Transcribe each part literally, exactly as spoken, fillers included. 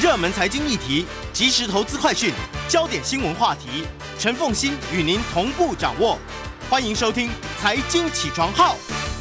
热门财经议题、即时投资快讯、焦点新闻话题，陈凤馨与您同步掌握。欢迎收听《财经起床号》。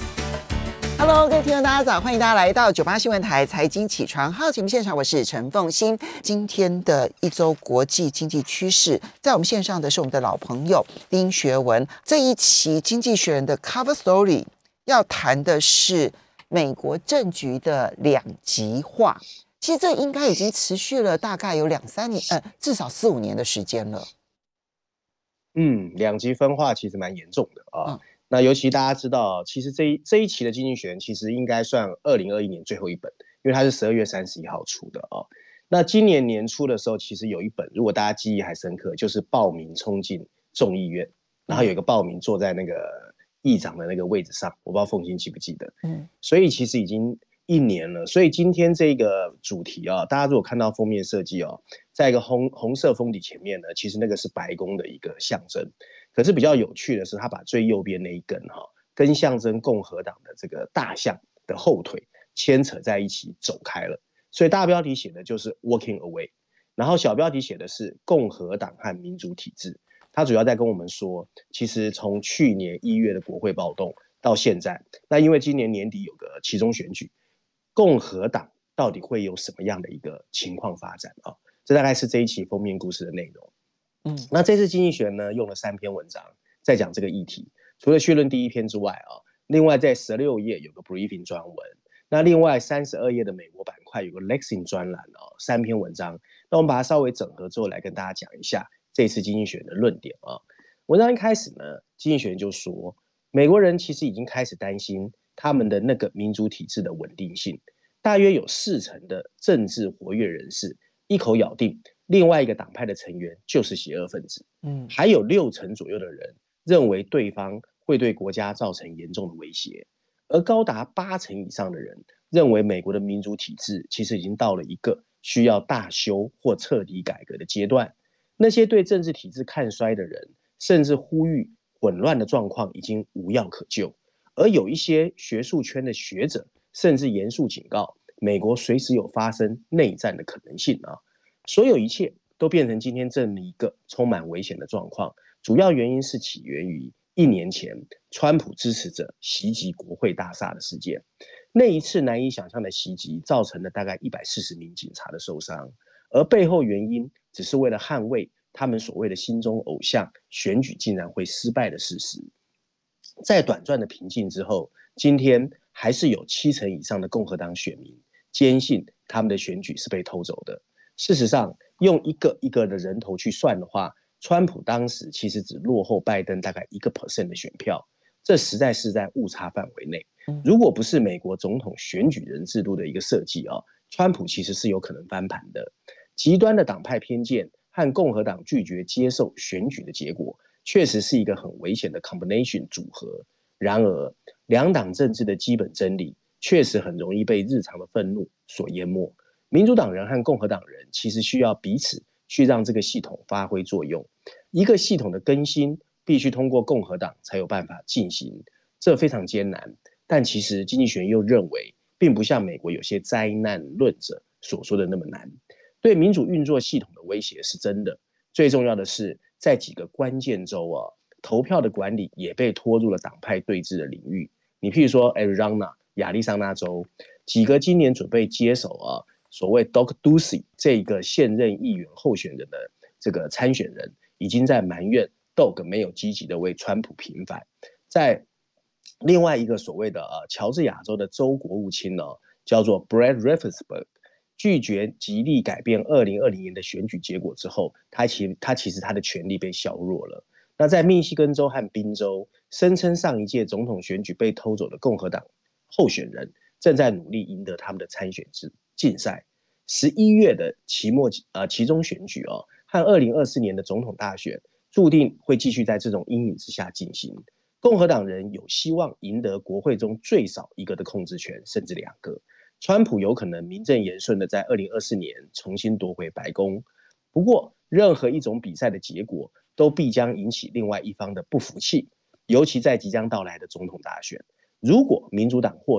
Hello， 各位听众大家早，欢迎大家来到九八新闻台财经起床号节目现场，我是陈凤馨。今天的一周国际经济趋势，在我们线上的是我们的老朋友丁学文。这一期《经济学人》的 Cover Story 要谈的是美国政局的两极化。其实这应该已经持续了大概有两三年，呃，至少四五年的时间了。 嗯，两极分化其实蛮严重的啊。嗯那尤其大家知道，其实这一这一期的《经济学人》其实应该算二零二一年最后一本，因为它是十二月三十一号出的啊。那今年年初的时候，其实有一本，如果大家记忆还深刻，就是报名冲进众议院，然后有一个报名坐在那个议长的那个位置上，我不知道凤馨记不记得。嗯，所以其实已经一年了。所以今天这个主题啊，大家如果看到封面设计哦，在一个红红色封底前面呢，其实那个是白宫的一个象征。可是比较有趣的是，他把最右边那一根哈、哦，跟象征共和党的这个大象的后腿牵扯在一起走开了。所以大标题写的就是 Walking Away， 然后小标题写的是共和党和民主体制。他主要在跟我们说，其实从去年一月的国会暴动到现在，那因为今年年底有个期中选举，共和党到底会有什么样的一个情况发展啊？这大概是这一期封面故事的内容。嗯，那这次经济学人呢用了三篇文章在讲这个议题，除了序论第一篇之外啊，另外在十六页有个 briefing 专文，那另外三十二页的美国板块有个 Lexing 专栏啊，三篇文章。那我们把它稍微整合之后来跟大家讲一下这次经济学人的论点啊。文章一开始呢，经济学人就说，美国人其实已经开始担心他们的那个民主体制的稳定性，大约有四成的政治活跃人士一口咬定另外一个党派的成员就是邪恶分子，嗯，还有六成左右的人认为对方会对国家造成严重的威胁，而高达八成以上的人认为美国的民主体制其实已经到了一个需要大修或彻底改革的阶段。那些对政治体制看衰的人，甚至呼吁混乱的状况已经无药可救，而有一些学术圈的学者甚至严肃警告，美国随时有发生内战的可能性啊。所有一切都变成今天这么一个充满危险的状况，主要原因是起源于一年前川普支持者袭击国会大厦的事件。那一次难以想象的袭击造成了大概一百四十名警察的受伤，而背后原因只是为了捍卫他们所谓的心中偶像选举竟然会失败的事实。在短暂的平静之后，今天还是有七成以上的共和党选民坚信他们的选举是被偷走的。事实上，用一个一个的人头去算的话，川普当时其实只落后拜登大概一个 percent 的选票，这实在是在误差范围内。如果不是美国总统选举人制度的一个设计啊，川普其实是有可能翻盘的。极端的党派偏见和共和党拒绝接受选举的结果，确实是一个很危险的 combination 组合。然而，两党政治的基本真理确实很容易被日常的愤怒所淹没。民主党人和共和党人其实需要彼此去让这个系统发挥作用。一个系统的更新必须通过共和党才有办法进行，这非常艰难。但其实经济学人又认为，并不像美国有些灾难论者所说的那么难。对民主运作系统的威胁是真的。最重要的是，在几个关键州啊，投票的管理也被拖入了党派对峙的领域。你譬如说 Arizona 亚利桑那州，几个今年准备接手啊所谓 Doug Ducey 这个现任议员候选人的这个参选人，已经在埋怨 Doug 没有积极的为川普平反。在另外一个所谓的呃乔治亚州的州国务卿呢，叫做 Brad Raffensperger， 拒绝极力改变二零二零年的选举结果之后，他其他其实他的权力被削弱了。那在密西根州和宾州，声称上一届总统选举被偷走的共和党候选人正在努力赢得他们的参选制竞赛。十一月的期末呃期中选举哦，和二零二四年的总统大选注定会继续在这种阴影之下进行。共和党人有希望赢得国会中最少一个的控制权，甚至两个。川普有可能名正言顺的在二零二四年重新夺回白宫。不过，任何一种比赛的结果都必将引起另外一方的不服气，尤其在即将到来的总统大选。如果民主党获胜，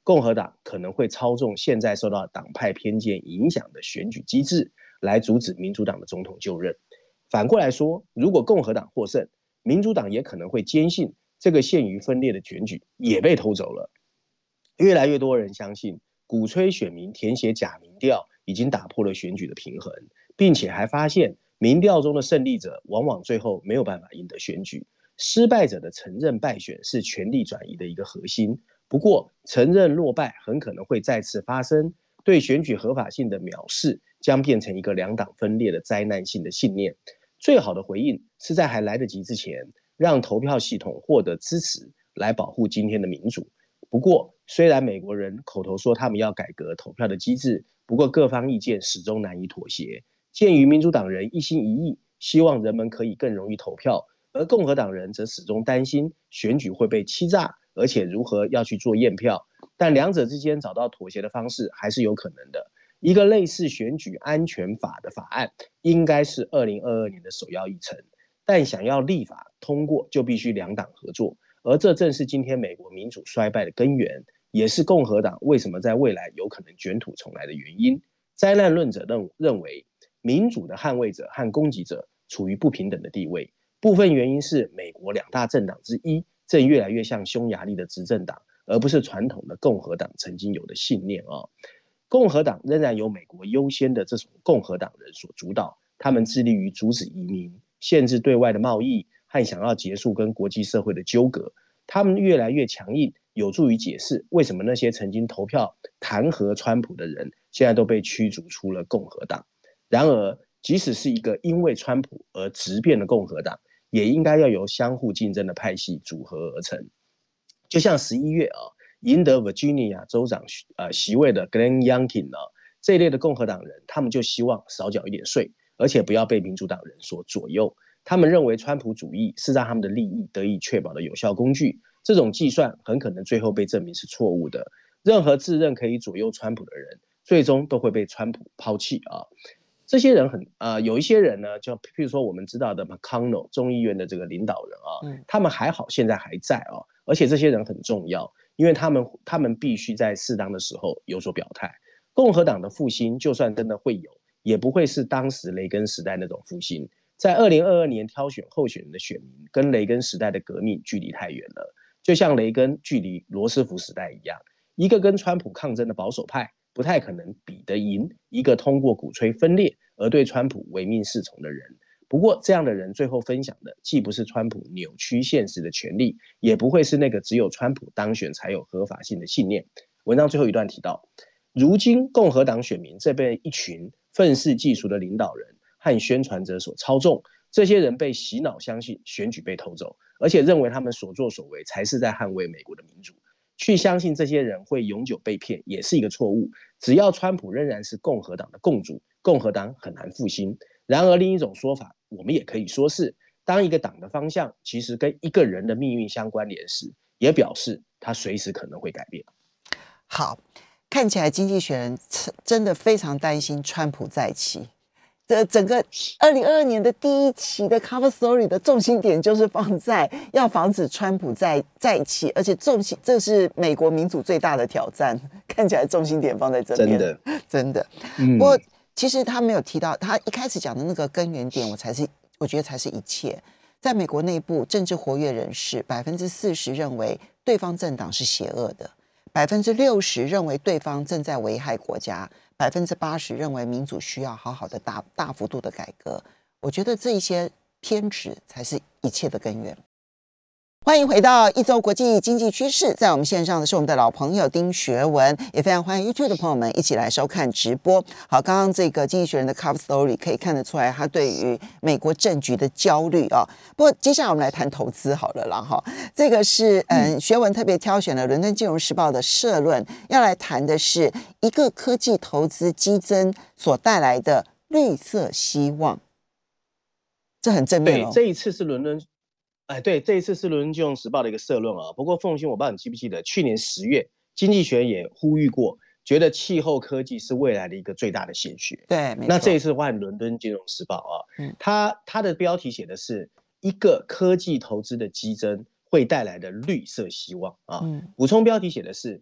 共和党可能会操纵现在受到党派偏见影响的选举机制，来阻止民主党的总统就任。反过来说，如果共和党获胜，民主党也可能会坚信这个陷于分裂的选举也被偷走了。越来越多人相信，鼓吹选民填写假民调已经打破了选举的平衡，并且还发现民调中的胜利者往往最后没有办法赢得选举。失败者的承认败选是权力转移的一个核心，不过承认落败很可能会再次发生，对选举合法性的藐视将变成一个两党分裂的灾难性的信念。最好的回应是在还来得及之前，让投票系统获得支持，来保护今天的民主。不过，虽然美国人口头说他们要改革投票的机制，不过各方意见始终难以妥协。鉴于民主党人一心一意希望人们可以更容易投票，而共和党人则始终担心选举会被欺诈，而且如何要去做验票，但两者之间找到妥协的方式还是有可能的。一个类似选举安全法的法案应该是二零二二年的首要议程，但想要立法通过就必须两党合作，而这正是今天美国民主衰败的根源，也是共和党为什么在未来有可能卷土重来的原因。灾难论者认认为，民主的捍卫者和攻击者处于不平等的地位，部分原因是美国两大政党之一正越来越像匈牙利的执政党，而不是传统的共和党曾经有的信念啊。共和党仍然由美国优先的这种共和党人所主导，他们致力于阻止移民、限制对外的贸易和想要结束跟国际社会的纠葛。他们越来越强硬，有助于解释为什么那些曾经投票弹劾川普的人现在都被驱逐出了共和党。然而，即使是一个因为川普而质变的共和党，也应该要由相互竞争的派系组合而成。就像十一月啊，赢得 Virginia 州长呃席位的 Glenn Youngkin 呢，这一类的共和党人，他们就希望少缴一点税，而且不要被民主党人所左右。他们认为川普主义是让他们的利益得以确保的有效工具，这种计算很可能最后被证明是错误的。任何自认可以左右川普的人，最终都会被川普抛弃啊。这些人很呃，有一些人呢，就譬如说我们知道的 McConnell 众议院的这个领导人啊，嗯、他们还好，现在还在啊，而且这些人很重要，因为他们他们必须在适当的时候有所表态。共和党的复兴，就算真的会有，也不会是当时雷根时代那种复兴。在二零二二年挑选候选人的选民，跟雷根时代的革命距离太远了，就像雷根距离罗斯福时代一样，一个跟川普抗争的保守派，不太可能比得赢一个通过鼓吹分裂而对川普唯命是从的人。不过，这样的人最后分享的既不是川普扭曲现实的权利，也不会是那个只有川普当选才有合法性的信念。文章最后一段提到，如今共和党选民这被一群愤世嫉俗的领导人和宣传者所操纵，这些人被洗脑相信选举被偷走，而且认为他们所作所为才是在捍卫美国的民主。去相信这些人会永久被骗也是一个错误。只要川普仍然是共和党的共主，共和党很难复兴。然而另一种说法，我们也可以说是，当一个党的方向其实跟一个人的命运相关联时，也表示他随时可能会改变。 好，看起来经济学人真的非常担心川普再起。这整个二零二二年的第一期的 cover story 的重心点就是放在要防止川普再再起，而且重心这是美国民主最大的挑战，看起来重心点放在这边， 真的真的。 嗯、 不过其实他没有提到，他一开始讲的那个根源点，我才是我觉得才是一切。在美国内部，政治活跃人士百分之四十认为对方政党是邪恶的，百分之六十认为对方正在危害国家。百分之八十认为民主需要好好的大大幅度的改革，我觉得这一些偏执才是一切的根源。欢迎回到一周国际经济趋势，在我们线上的是我们的老朋友丁学文，也非常欢迎 YouTube 的朋友们一起来收看直播。好，刚刚这个经济学人的 cover story 可以看得出来，他对于美国政局的焦虑啊。不过接下来我们来谈投资好了啦哈。这个是嗯，学文特别挑选了《伦敦金融时报》的社论，要来谈的是一个科技投资激增所带来的绿色希望，这很正面哦。 对，这一次是伦敦。哎，对，这一次是《伦敦金融时报》的一个社论啊。不过凤馨，我不知道你记不记得，去年十月，经济学也呼吁过，觉得气候科技是未来的一个最大的显学。 对，没错。 那这一次换《伦敦金融时报》啊，嗯，它它的标题写的是一个科技投资的激增会带来的绿色希望啊。嗯，补充标题写的是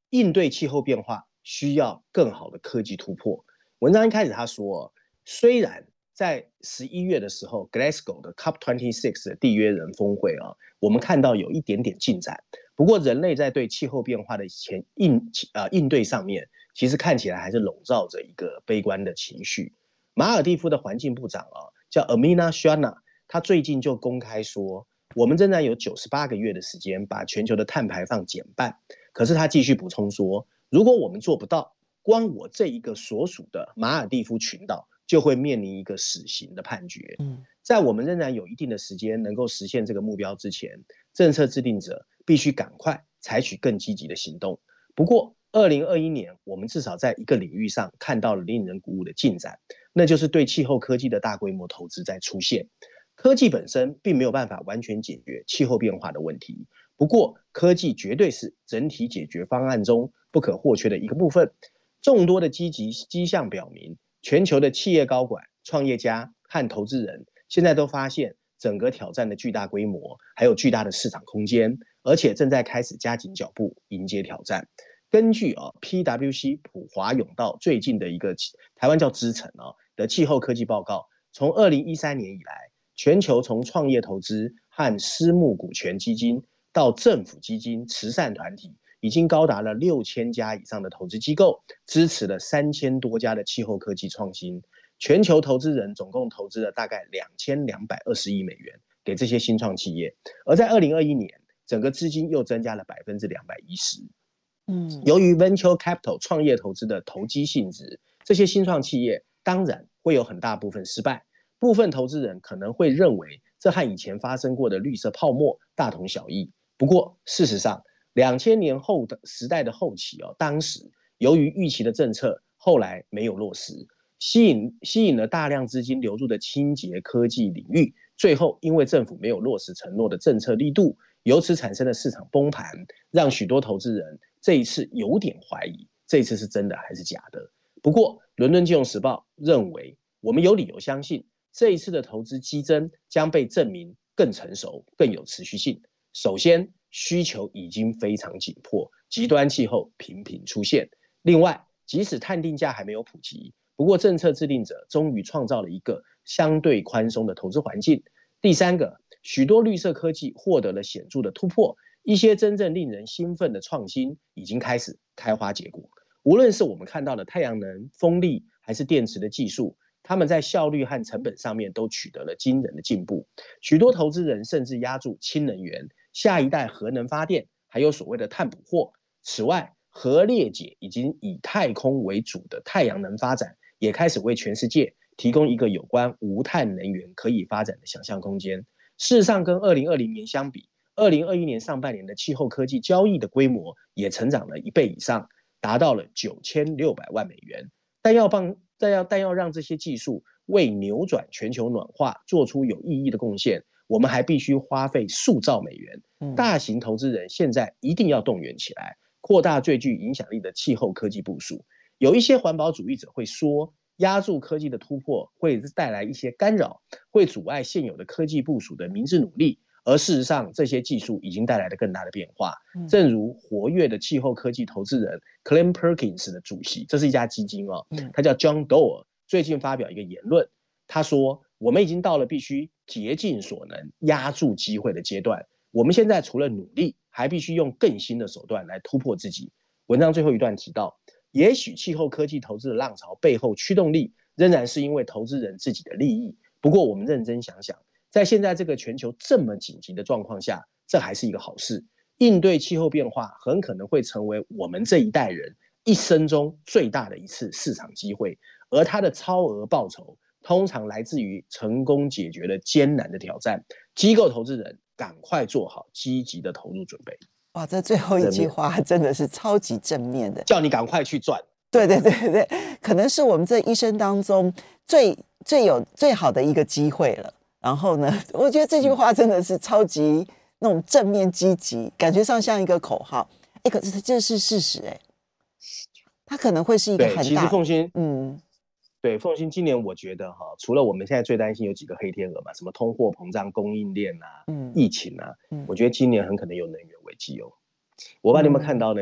应对气候变化需要更好的科技突破。文章一开始他说，虽然在十一月的时候 ，Glasgow 的 C O P 二十六 的缔约人峰会啊，我们看到有一点点进展。不过，人类在对气候变化的前应呃应对上面，其实看起来还是笼罩着一个悲观的情绪。马尔地夫的环境部长啊，叫 Amina Shana， 他最近就公开说，我们仍然有九十八个月的时间把全球的碳排放减半。可是他继续补充说，如果我们做不到，光我这一个所属的马尔地夫群岛就会面临一个死刑的判决。嗯，在我们仍然有一定的时间能够实现这个目标之前，政策制定者必须赶快采取更积极的行动。不过，二零二一年我们至少在一个领域上看到了令人鼓舞的进展，那就是对气候科技的大规模投资在出现。科技本身并没有办法完全解决气候变化的问题，不过科技绝对是整体解决方案中不可或缺的一个部分。众多的积极迹象表明，全球的企业高管、创业家和投资人现在都发现整个挑战的巨大规模，还有巨大的市场空间，而且正在开始加紧脚步迎接挑战。根据啊 P W C 普华永道最近的一个台湾叫资诚啊的气候科技报告，从二零一三年以来，全球从创业投资和私募股权基金到政府基金、慈善团体，已经高达了六千家以上的投资机构，支持了三千多家的气候科技创新。全球投资人总共投资了大概两千两百二十亿美元给这些新创企业，而在二零二一年，整个资金又增加了百分之两百一十。嗯，由于 venture capital 创业投资的投机性质，这些新创企业当然会有很大部分失败。部分投资人可能会认为这和以前发生过的绿色泡沫大同小异。不过，事实上，两千年后的时代的后期哦，当时由于预期的政策后来没有落实，吸引吸引了大量资金流入的清洁科技领域，最后因为政府没有落实承诺的政策力度，由此产生了市场崩盘，让许多投资人这一次有点怀疑这一次是真的还是假的。不过，伦敦金融时报认为，我们有理由相信，这一次的投资激增将被证明更成熟、更有持续性。首先，需求已经非常紧迫，极端气候频频出现。另外，即使碳定价还没有普及，不过政策制定者终于创造了一个相对宽松的投资环境。第三个，许多绿色科技获得了显著的突破，一些真正令人兴奋的创新已经开始开花结果。无论是我们看到的太阳能、风力，还是电池的技术，他们在效率和成本上面都取得了惊人的进步。许多投资人甚至押注氢能源、下一代核能发电，还有所谓的碳捕获。此外，核裂解以及以太空为主的太阳能发展，也开始为全世界提供一个有关无碳能源可以发展的想象空间。事实上，跟二零二零年相比，二零二一年上半年的气候科技交易的规模也成长了一倍以上，达到了九千六百万美元。但要帮但要但要让这些技术为扭转全球暖化做出有意义的贡献，我们还必须花费数兆美元。大型投资人现在一定要动员起来，扩大最具影响力的气候科技部署。有一些环保主义者会说，压住科技的突破会带来一些干扰，会阻碍现有的科技部署的明智努力。而事实上，这些技术已经带来了更大的变化。正如活跃的气候科技投资人 Clem Perkins 的主席，这是一家基金哦，他叫 John Doerr， 最近发表一个言论，他说：“我们已经到了必须竭尽所能压住机会的阶段。我们现在除了努力，还必须用更新的手段来突破自己。”文章最后一段提到，也许气候科技投资的浪潮背后驱动力仍然是因为投资人自己的利益。不过，我们认真想想，在现在这个全球这么紧急的状况下，这还是一个好事。应对气候变化很可能会成为我们这一代人一生中最大的一次市场机会，而它的超额报酬通常来自于成功解决了艰难的挑战。机构投资人赶快做好积极的投入准备。 哇，这最后一句话真的是超级正面的， 叫你赶快去赚。 对对对对，可能是我们这一生当中最最有最好的一个机会了。然后呢，我觉得这句话真的是超级那种正面积极，感觉上像一个口号。哎，可是这是事实哎，它可能会是一个很大。 其实凤馨， 嗯， 对，凤馨今年我觉得哈，除了我们现在最担心有几个黑天鹅嘛，什么通货膨胀、供应链啊、嗯、疫情啊、嗯，我觉得今年很可能有能源危机哦。我不知道你有没有看到那个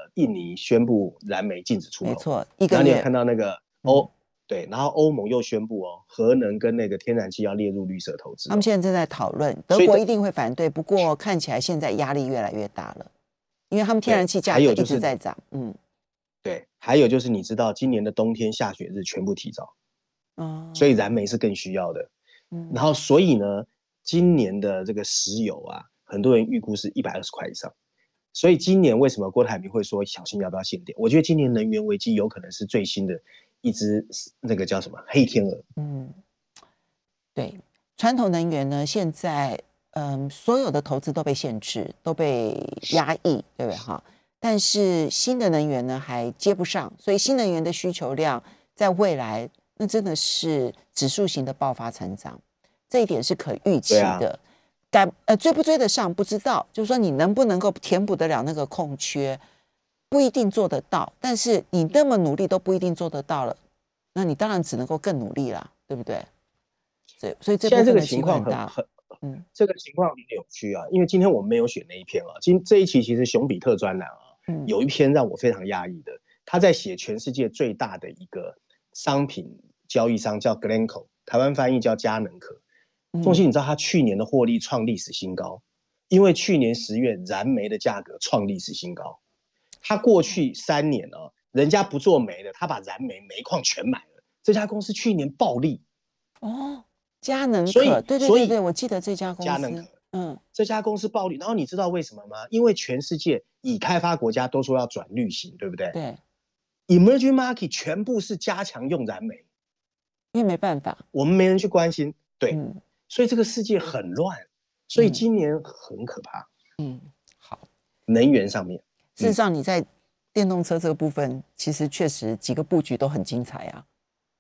印尼宣布燃煤禁止出口， 没错，一个月。 然后你有看到那个欧、 嗯、 对，然后欧盟又宣布哦，核能跟那个天然气要列入绿色投资、哦。 他们现在正在讨论，德国一定会反对，不过看起来现在压力越来越大了，因为他们天然气价格一直在涨。嗯， 对，还有就是你知道今年的冬天下雪日全部提早，哦，所以燃煤是更需要的。嗯，然后所以呢，今年的这个石油啊，很多人预估是一百二十块以上。所以今年为什么郭台铭会说小心要不要限电？我觉得今年能源危机有可能是最新的一只那个叫什么黑天鹅。 嗯，对，传统能源呢，现在嗯，所有的投资都被限制，都被压抑，对不对哈？但是新的能源呢还接不上，所以新能源的需求量在未来那真的是指数型的爆发成长，这一点是可预期的。赶呃追不追得上不知道，就是说你能不能够填补得了那个空缺，不一定做得到。但是你那么努力都不一定做得到了，那你当然只能够更努力啦，对不对？所以所以这部分的情况很大。 很嗯，这个情况很扭曲啊，因为今天我们没有选那一篇啊，今这一期其实熊比特专栏啊，嗯、有一篇让我非常讶异的，他在写全世界最大的一个商品交易商叫 Glencore， 台湾翻译叫嘉能可。凤馨，你知道他去年的获利创历史新高，因为去年十月燃煤的价格创历史新高。他过去三年啊，人家不做煤的，他把燃煤煤矿全买了。这家公司去年暴利哦，嘉能可，对对对对，我记得这家公司。 嘉能可，嗯，这家公司暴利，然后你知道为什么吗？因为全世界已开发国家都说要转绿型，对不对？ 对 ，Emerging market 全部是加强用燃煤， 因为没办法， 我们没人去关心，对。嗯，所以这个世界很乱，所以今年很可怕。嗯，好，能源上面， 事实上你在电动车这个部分，其实确实几个布局都很精彩啊。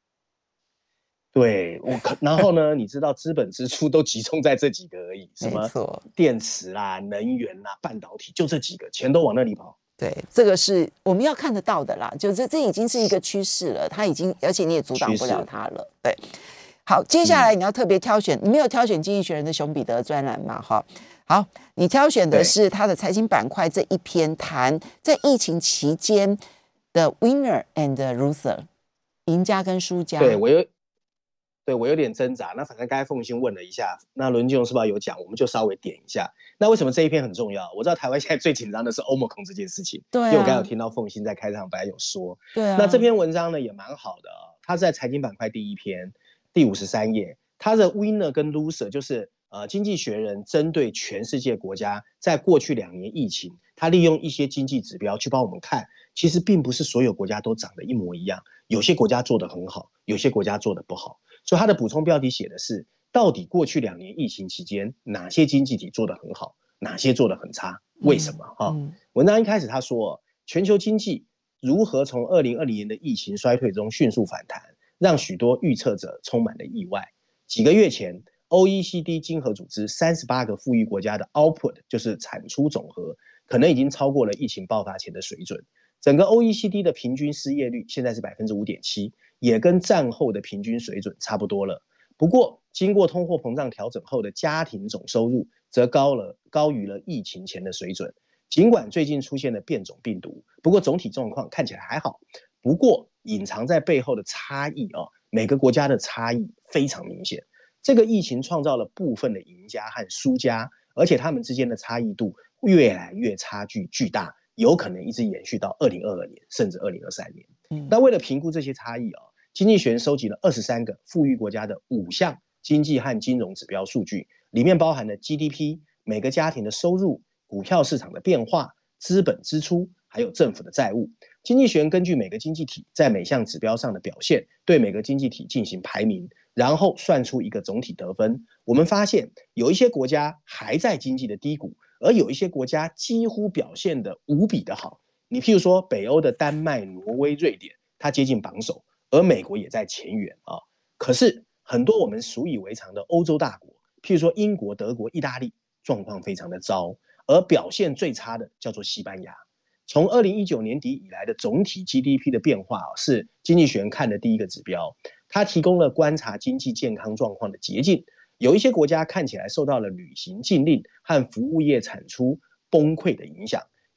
对，我然后呢，你知道资本支出都集中在这几个而已，什么电池啦、能源啦、半导体，就这几个，钱都往那里跑。 对，这个是我们要看得到的啦，就这这已经是一个趋势了，它已经，而且你也阻挡不了它了。对。好，接下来你要特别挑选，你没有挑选《经济学人》的熊彼得专栏嘛？哈，好，你挑选的是他的财经板块这一篇，谈在疫情期间的 winner and loser， 赢家跟输家。 对我有，对我有点挣扎。那反正刚才凤馨问了一下，那伦金荣是不是有讲？我们就稍微点一下。那为什么这一篇很重要？我知道台湾现在最紧张的是欧盟控这件事情， 对、啊， 因为我刚才有听到凤馨在开场白有说， 对啊。 那这篇文章呢也蛮好的，它是在财经板块第一篇。第五十三页，它的 winner 跟 loser 就是呃，经济学人针对全世界国家在过去两年疫情，它利用一些经济指标去帮我们看，其实并不是所有国家都长得一模一样，有些国家做得很好，有些国家做得不好。所以它的补充标题写的是，到底过去两年疫情期间，哪些经济体做得很好，哪些做得很差，为什么？哈、嗯嗯，文章一开始他说，全球经济如何从二零二零年的疫情衰退中迅速反弹。让许多预测者充满了意外。几个月前 ，O E C D 经合组织三十八个富裕国家的 output 就是产出总和，可能已经超过了疫情爆发前的水准。整个 O E C D 的平均失业率现在是 百分之五点七， 也跟战后的平均水准差不多了。不过，经过通货膨胀调整后的家庭总收入则高了，高于了疫情前的水准。尽管最近出现了变种病毒，不过总体状况看起来还好。不过，隐藏在背后的差异哦，每个国家的差异非常明显。这个疫情创造了部分的赢家和输家，而且他们之间的差异度越来越差距巨大，有可能一直延续到二零二二年甚至二零二三年。嗯，那为了评估这些差异哦，经济学人收集了二十三个富裕国家的五项经济和金融指标数据，里面包含了 G D P、每个家庭的收入、股票市场的变化、资本支出，还有政府的债务。经济学人根据每个经济体在每项指标上的表现，对每个经济体进行排名，然后算出一个总体得分。我们发现有一些国家还在经济的低谷，而有一些国家几乎表现得无比的好。你譬如说北欧的丹麦、挪威、瑞典，它接近榜首，而美国也在前缘啊。可是很多我们习以为常的欧洲大国，譬如说英国、德国、意大利，状况非常的糟，而表现最差的叫做西班牙。从二零一九年底以来的总体 G D P 的变化，是经济学人看的第一个指标，它提供了观察经济健康状况的捷径。有一些国家看起来受到了旅行禁令和服务业产出崩溃的影响，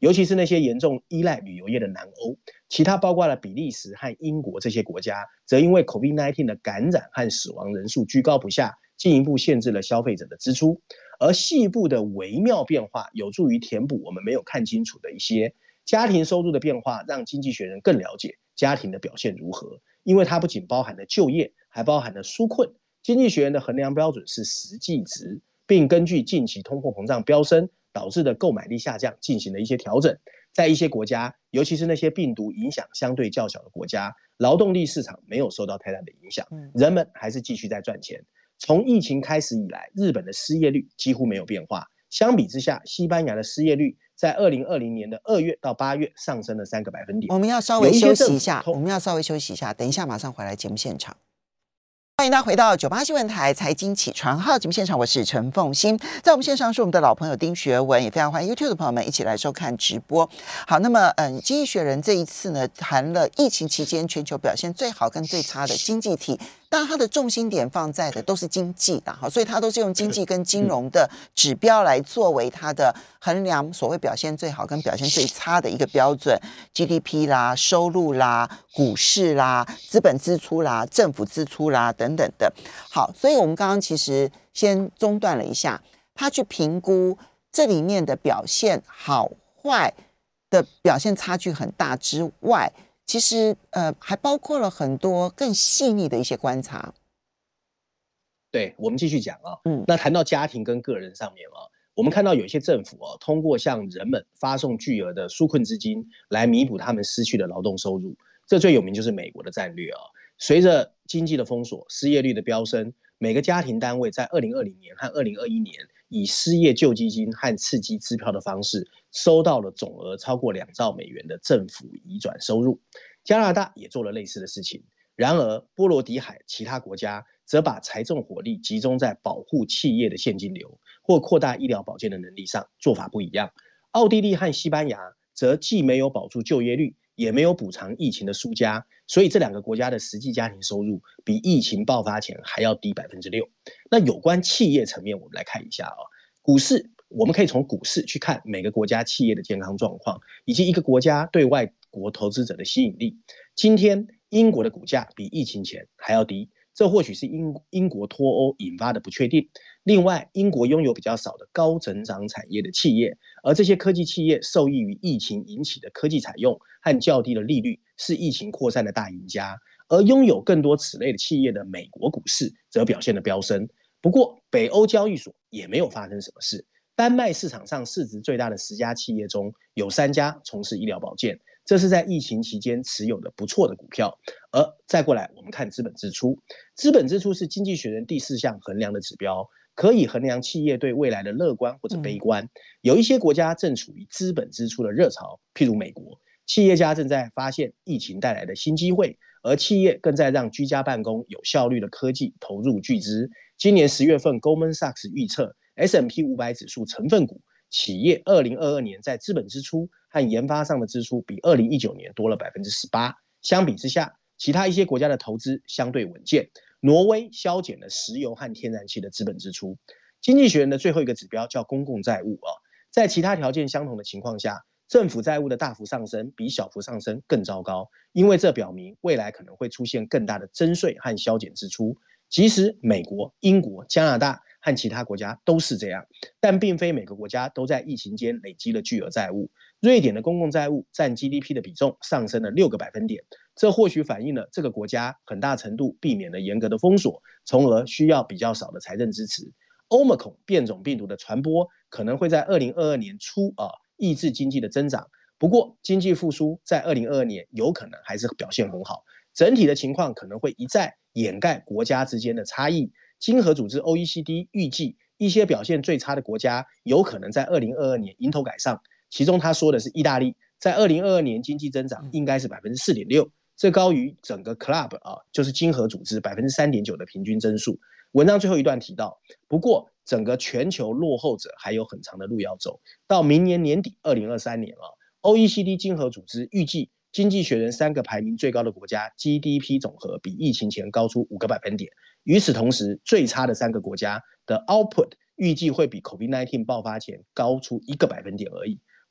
尤其是那些严重依赖旅游业的南欧，其他包括了比利时和英国这些国家，则因为 COVID 十九 的感染和死亡人数居高不下，进一步限制了消费者的支出。而细部的微妙变化有助于填补我们没有看清楚的一些家庭收入的变化，让经济学人更了解家庭的表现如何，因为它不仅包含了就业，还包含了纾困。经济学人的衡量标准是实际值，并根据近期通货膨胀飙升导致的购买力下降进行了一些调整。在一些国家，尤其是那些病毒影响相对较小的国家，劳动力市场没有受到太大的影响，人们还是继续在赚钱。从疫情开始以来，日本的失业率几乎没有变化，相比之下，西班牙的失业率在二零二零年的二月到八月上升了三个百分点。 我们要稍微休息一下，我们要稍微休息一下，等一下马上回来节目现场。欢迎大家回到九八新闻台财经起床号节目现场，我是陈凤馨。在我们线上是我们的老朋友丁学文，也非常欢迎 YouTube 的朋友们一起来收看直播。好，那么嗯，经济学人这一次呢，谈了疫情期间全球表现最好跟最差的经济体。当然，它的重心点放在的都是经济啦，所以它都是用经济跟金融的指标来作为它的衡量所谓表现最好跟表现最差的一个标准 ，G D P 啦、收入啦、股市啦、资本支出啦、政府支出啦等等的。好，所以我们刚刚其实先中断了一下，他去评估这里面的表现好坏的表现差距很大之外。其实呃，还包括了很多更细腻的一些观察。 对，我们继续讲啊。嗯，那谈到家庭跟个人上面啊，我们看到有一些政府啊，通过向人们发送巨额的纾困资金来弥补他们失去的劳动收入。这最有名就是美国的战略啊。随着经济的封锁、失业率的飙升，每个家庭单位在二零二零年和二零二一年以失业救济金和刺激支票的方式，收到了总额超过两兆美元的政府移转收入。加拿大也做了类似的事情。然而，波罗的海其他国家则把财政火力集中在保护企业的现金流或扩大医疗保健的能力上，做法不一样。奥地利和西班牙则既没有保住就业率，也没有补偿疫情的输家，所以这两个国家的实际家庭收入比疫情爆发前还要低百分之六。那有关企业层面，我们来看一下啊、哦，股市我们可以从股市去看每个国家企业的健康状况，以及一个国家对外国投资者的吸引力。今天英国的股价比疫情前还要低，这或许是英英国脱欧引发的不确定。另外，英国拥有比较少的高增长产业的企业，而这些科技企业受益于疫情引起的科技采用和较低的利率，是疫情扩散的大赢家。而拥有更多此类的企业的美国股市则表现得飙升。不过，北欧交易所也没有发生什么事。丹麦市场上市值最大的十家企业中有三家从事医疗保健，这是在疫情期间持有的不错的股票。而再过来，我们看资本支出。资本支出是经济学人第四项衡量的指标，可以衡量企业对未来的乐观或者悲观。有一些国家正处于资本支出的热潮，譬如美国，企业家正在发现疫情带来的新机会，而企业更在让居家办公有效率的科技投入巨资。今年十月份 Goldman Sachs 预测 S and P 五百 指数成分股企业二零二二年在资本支出和研发上的支出比二零一九年多了 百分之十八。 相比之下，其他一些国家的投资相对稳健。挪威削减了石油和天然气的资本支出。经济学人的最后一个指标叫公共债务啊，在其他条件相同的情况下，政府债务的大幅上升比小幅上升更糟糕，因为这表明未来可能会出现更大的征税和削减支出。即使美国、英国、加拿大和其他国家都是这样，但并非每个国家都在疫情间累积了巨额债务。瑞典的公共债务占 G D P 的比重上升了六个百分点，这或许反映了这个国家很大程度避免了严格的封锁，从而需要比较少的财政支持。Omicron 变种病毒的传播可能会在二零二二年初啊抑制经济的增长，不过经济复苏在二零二二年有可能还是表现很好。整体的情况可能会一再掩盖国家之间的差异。经合组织 O E C D 预计一些表现最差的国家有可能在二零二二年迎头赶上，其中他说的是意大利，在二零二二年经济增长应该是 百分之四点六， 这高于整个 Club 啊，就是经合组织 百分之三点九 的平均增速。文章最后一段提到，不过整个全球落后者还有很长的路要走，到明年年底二零二三年啊 ，O E C D 经合组织预计经济学人三个排名最高的国家 G D P 总和比疫情前高出五个百分点。与此同时，最差的三个国家的 output 预计会比 COVID 十九 爆发前高出一个百分点而已。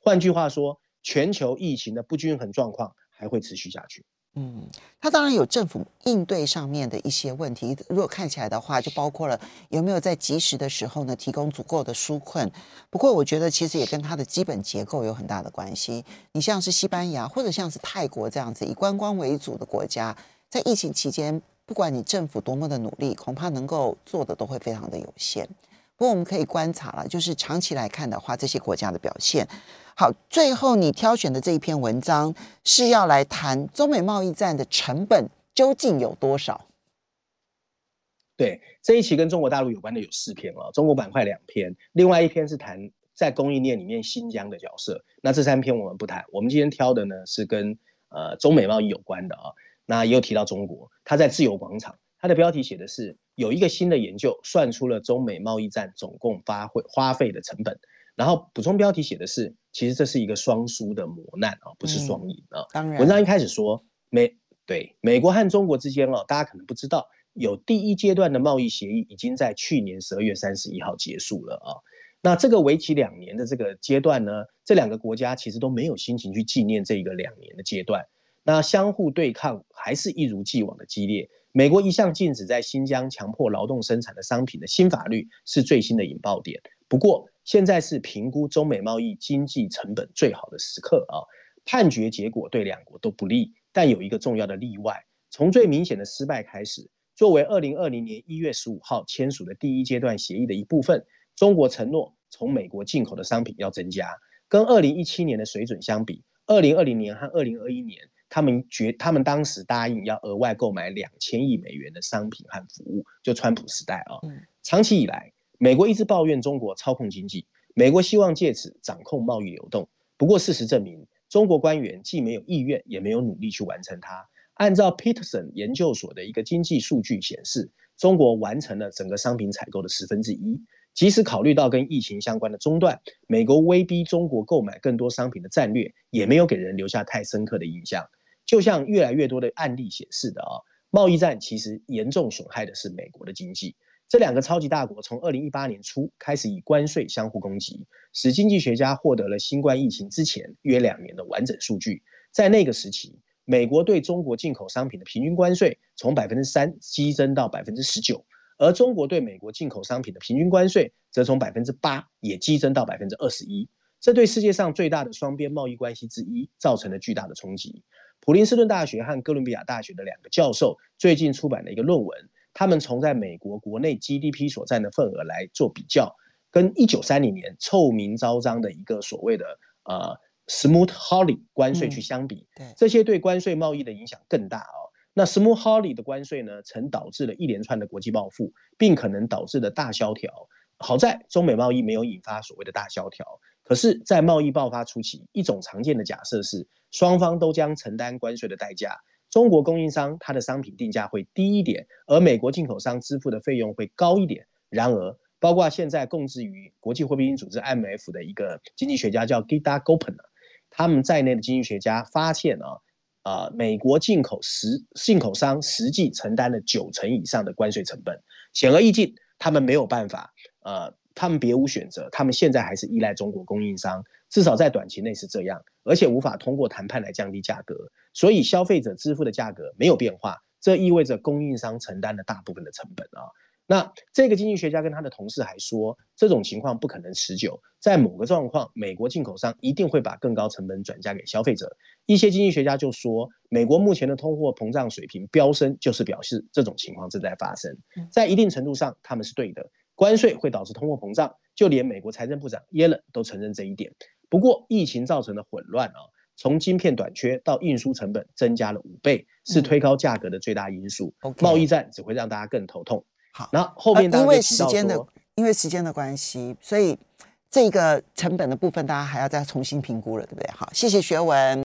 换句话说，全球疫情的不均衡状况还会持续下去。 嗯，它当然有政府应对上面的一些问题，如果看起来的话，就包括了有没有在及时的时候呢提供足够的纾困。不过我觉得其实也跟它的基本结构有很大的关系。你像是西班牙或者像是泰国这样子以观光为主的国家，在疫情期间，不管你政府多么的努力，恐怕能够做的都会非常的有限。不过我们可以观察了，就是长期来看的话，这些国家的表现。好，最后你挑选的这一篇文章是要来谈中美贸易战的成本究竟有多少？ 对，这一期跟中国大陆有关的有四篇哦，中国板块两篇，另外一篇是谈在供应链里面新疆的角色。那这三篇我们不谈，我们今天挑的呢是跟呃中美贸易有关的啊。那也有提到中国，它在自由广场，它的标题写的是有一个新的研究算出了中美贸易战总共花费花费的成本。然后补充标题写的是，其实这是一个双输的磨难啊，不是双赢啊。 当然， 文章一开始说美对美国和中国之间哦，大家可能不知道，有第一阶段的贸易协议已经在去年十二月三十一号结束了啊。那这个为期两年的这个阶段呢，这两个国家其实都没有心情去纪念这个两年的阶段，那相互对抗还是一如既往的激烈。美国一向禁止在新疆强迫劳动生产的商品的新法律是最新的引爆点。不过现在是评估中美贸易经济成本最好的时刻啊，判决结果对两国都不利，但有一个重要的例外，从最明显的失败开始，作为二零二零年一月十五号签署的第一阶段协议的一部分，中国承诺从美国进口的商品要增加，跟二零一七年的水准相比，二零二零年和二零二一年他们决他们当时答应要额外购买两千亿美元的商品和服务，就川普时代啊。长期以来，美国一直抱怨中国操控经济，美国希望借此掌控贸易流动。不过事实证明，中国官员既没有意愿，也没有努力去完成它。按照 Peterson 研究所的一个经济数据显示，中国完成了整个商品采购的十分之一。即使考虑到跟疫情相关的中断，美国威逼中国购买更多商品的战略，也没有给人留下太深刻的印象。就像越来越多的案例显示的啊，贸易战其实严重损害的是美国的经济。这两个超级大国从二零一八年初开始以关税相互攻击，使经济学家获得了新冠疫情之前约两年的完整数据。在那个时期，美国对中国进口商品的平均关税从百分之三激增到百分之十九，而中国对美国进口商品的平均关税则从百分之八也激增到百分之二十一。这对世界上最大的双边贸易关系之一造成了巨大的冲击。普林斯顿大学和哥伦比亚大学的两个教授最近出版了一个论文，他们从在美国国内 G D P 所占的份额来做比较，跟一九三零年臭名昭彰的一个所谓的呃 Smoot-Hawley 关税去相比， 嗯、 这些对关税贸易的影响更大哦。那 Smoot-Hawley 的关税呢，曾导致了一连串的国际报复，并可能导致的大萧条。好在中美贸易没有引发所谓的大萧条，可是，在贸易爆发初期，一种常见的假设是双方都将承担关税的代价。中国供应商它的商品定价会低一点，而美国进口商支付的费用会高一点。然而，包括现在供职于国际货币基金组织 I M F 的一个经济学家叫 Gita Gopinath， 他们在内的经济学家发现啊，呃，美国进口实进口商实际承担了九成以上的关税成本。显而易见，他们没有办法，呃，他们别无选择，他们现在还是依赖中国供应商，至少在短期内是这样，而且无法通过谈判来降低价格，所以消费者支付的价格没有变化，这意味着供应商承担了大部分的成本啊。那这个经济学家跟他的同事还说，这种情况不可能持久，在某个状况，美国进口商一定会把更高成本转嫁给消费者。一些经济学家就说，美国目前的通货膨胀水平飙升，就是表示这种情况正在发生。在一定程度上，他们是对的，关税会导致通货膨胀，就连美国财政部长耶伦都承认这一点。不过，疫情造成的混乱啊，从晶片短缺到运输成本增加了五倍，是推高价格的最大因素。嗯 okay. 贸易战只会让大家更头痛。 好， 然后后面、 呃、因为时间的因为时间的关系，所以这个成本的部分大家还要再重新评估了，对不对？好，谢谢学文。